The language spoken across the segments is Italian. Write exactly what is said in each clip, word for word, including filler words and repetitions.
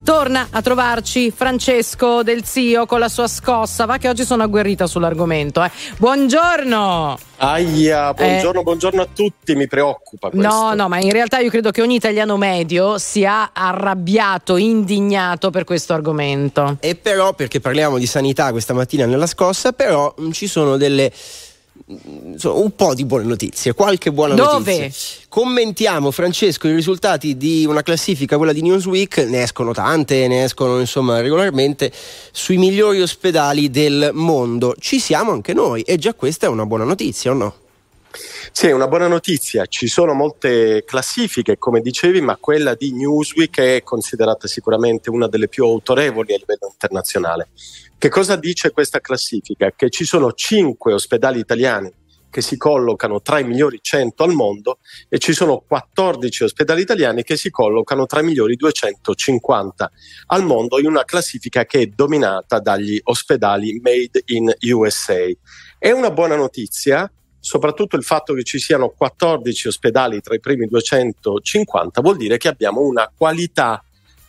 Torna a trovarci Francesco Del Zio con la sua scossa. Va che oggi sono agguerrita sull'argomento. Eh. Buongiorno. Aia, buongiorno, eh, buongiorno a tutti, mi preoccupa questo. No, no, ma in realtà io credo che ogni italiano medio sia arrabbiato, indignato per questo argomento. E però, perché parliamo di sanità questa mattina nella scossa, però mh, ci sono delle insomma, un po' di buone notizie, qualche buona Dove? notizia. Commentiamo, Francesco, i risultati di una classifica, quella di Newsweek, ne escono tante, ne escono insomma regolarmente, sui migliori ospedali del mondo. Ci siamo anche noi e già questa è una buona notizia, o no? Sì, è una buona notizia, ci sono molte classifiche come dicevi, ma quella di Newsweek è considerata sicuramente una delle più autorevoli a livello internazionale. Che cosa dice questa classifica? Che ci sono cinque ospedali italiani che si collocano tra i migliori cento al mondo e ci sono quattordici ospedali italiani che si collocano tra i migliori duecentocinquanta al mondo, in una classifica che è dominata dagli ospedali made in U S A. È una buona notizia, soprattutto il fatto che ci siano quattordici ospedali tra i primi duecentocinquanta vuol dire che abbiamo una qualità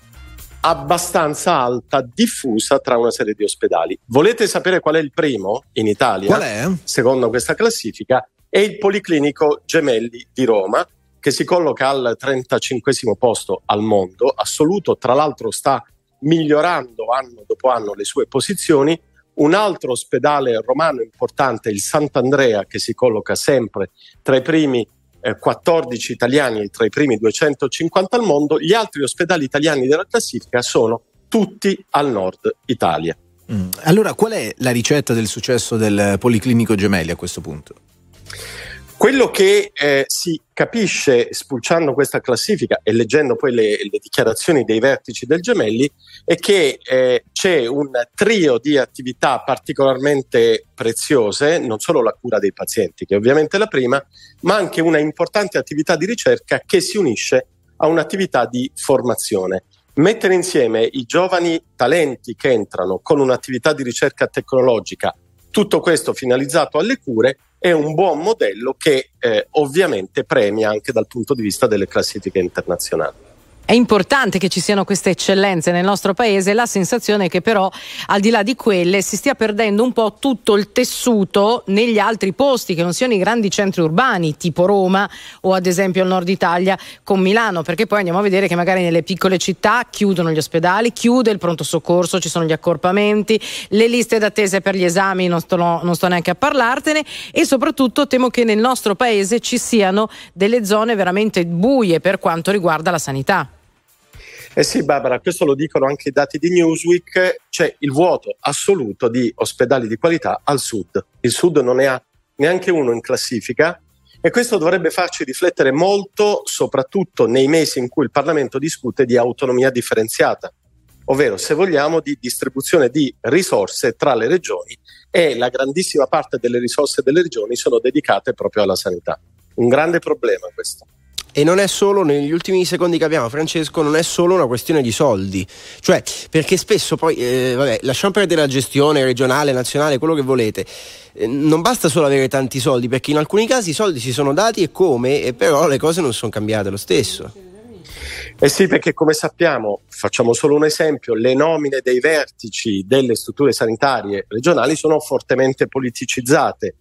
abbastanza alta, diffusa tra una serie di ospedali. Volete sapere qual è il primo in Italia? Qual è? Secondo questa classifica è il Policlinico Gemelli di Roma, che si colloca al trentacinquesimo posto al mondo assoluto, tra l'altro sta migliorando anno dopo anno le sue posizioni. Un altro ospedale romano importante è il Sant'Andrea, che si colloca sempre tra i primi Eh, quattordici italiani tra i primi duecentocinquanta al mondo. Gli altri ospedali italiani della classifica sono tutti al nord Italia. Mm. Allora, qual è la ricetta del successo del Policlinico Gemelli a questo punto? Quello che eh, si capisce spulciando questa classifica e leggendo poi le, le dichiarazioni dei vertici del Gemelli è che eh, c'è un trio di attività particolarmente preziose, non solo la cura dei pazienti, che è ovviamente la prima, ma anche una importante attività di ricerca che si unisce a un'attività di formazione. Mettere insieme i giovani talenti che entrano con un'attività di ricerca tecnologica, tutto questo finalizzato alle cure, è un buon modello che eh, ovviamente premia anche dal punto di vista delle classifiche internazionali. È importante che ci siano queste eccellenze nel nostro paese, la sensazione è che però al di là di quelle si stia perdendo un po' tutto il tessuto negli altri posti, che non siano i grandi centri urbani tipo Roma o ad esempio al nord Italia con Milano, perché poi andiamo a vedere che magari nelle piccole città chiudono gli ospedali, chiude il pronto soccorso, ci sono gli accorpamenti, le liste d'attesa per gli esami non sto, non sto neanche a parlartene, e soprattutto temo che nel nostro paese ci siano delle zone veramente buie per quanto riguarda la sanità. Eh sì, Barbara, questo lo dicono anche i dati di Newsweek, c'è il vuoto assoluto di ospedali di qualità al sud. Il sud non ne ha neanche uno in classifica e questo dovrebbe farci riflettere molto, soprattutto nei mesi in cui il Parlamento discute di autonomia differenziata, ovvero, se vogliamo, di distribuzione di risorse tra le regioni, e la grandissima parte delle risorse delle regioni sono dedicate proprio alla sanità. Un grande problema questo. E non è solo, negli ultimi secondi che abbiamo, Francesco, non è solo una questione di soldi, cioè perché spesso poi eh, vabbè, lasciamo perdere la gestione regionale, nazionale, quello che volete, eh, non basta solo avere tanti soldi, perché in alcuni casi i soldi si sono dati e come, e però le cose non sono cambiate lo stesso. Eh sì, perché come sappiamo, facciamo solo un esempio, le nomine dei vertici delle strutture sanitarie regionali sono fortemente politicizzate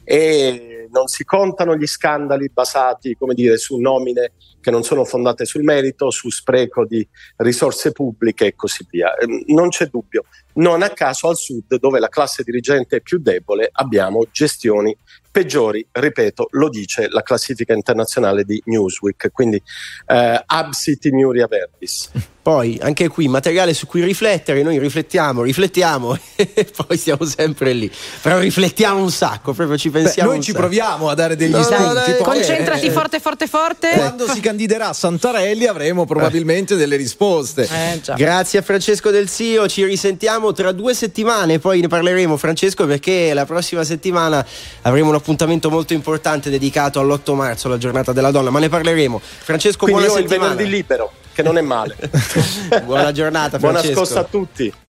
e non si contano gli scandali basati, come dire, su nomine che non sono fondate sul merito, su spreco di risorse pubbliche e così via. Non c'è dubbio, non a caso al sud, dove la classe dirigente è più debole, abbiamo gestioni peggiori, ripeto, lo dice la classifica internazionale di Newsweek, quindi eh, absit in iuria verbis. Poi anche qui materiale su cui riflettere, noi riflettiamo, riflettiamo e poi siamo sempre lì, però riflettiamo un sacco, proprio ci pensiamo. Beh, noi ci sacco. proviamo a dare degli no, spunti. no, dai, poi, concentrati eh, forte forte forte. Quando si candiderà Santarelli avremo probabilmente delle risposte. Eh, già. Grazie a Francesco Del Zio, ci risentiamo tra due settimane, poi ne parleremo, Francesco, perché la prossima settimana avremo un appuntamento molto importante dedicato all'otto marzo, la giornata della donna, ma ne parleremo. Francesco, quindi buona io settimana. il venerdì libero, che non è male. Buona giornata, Francesco. Buona scossa a tutti.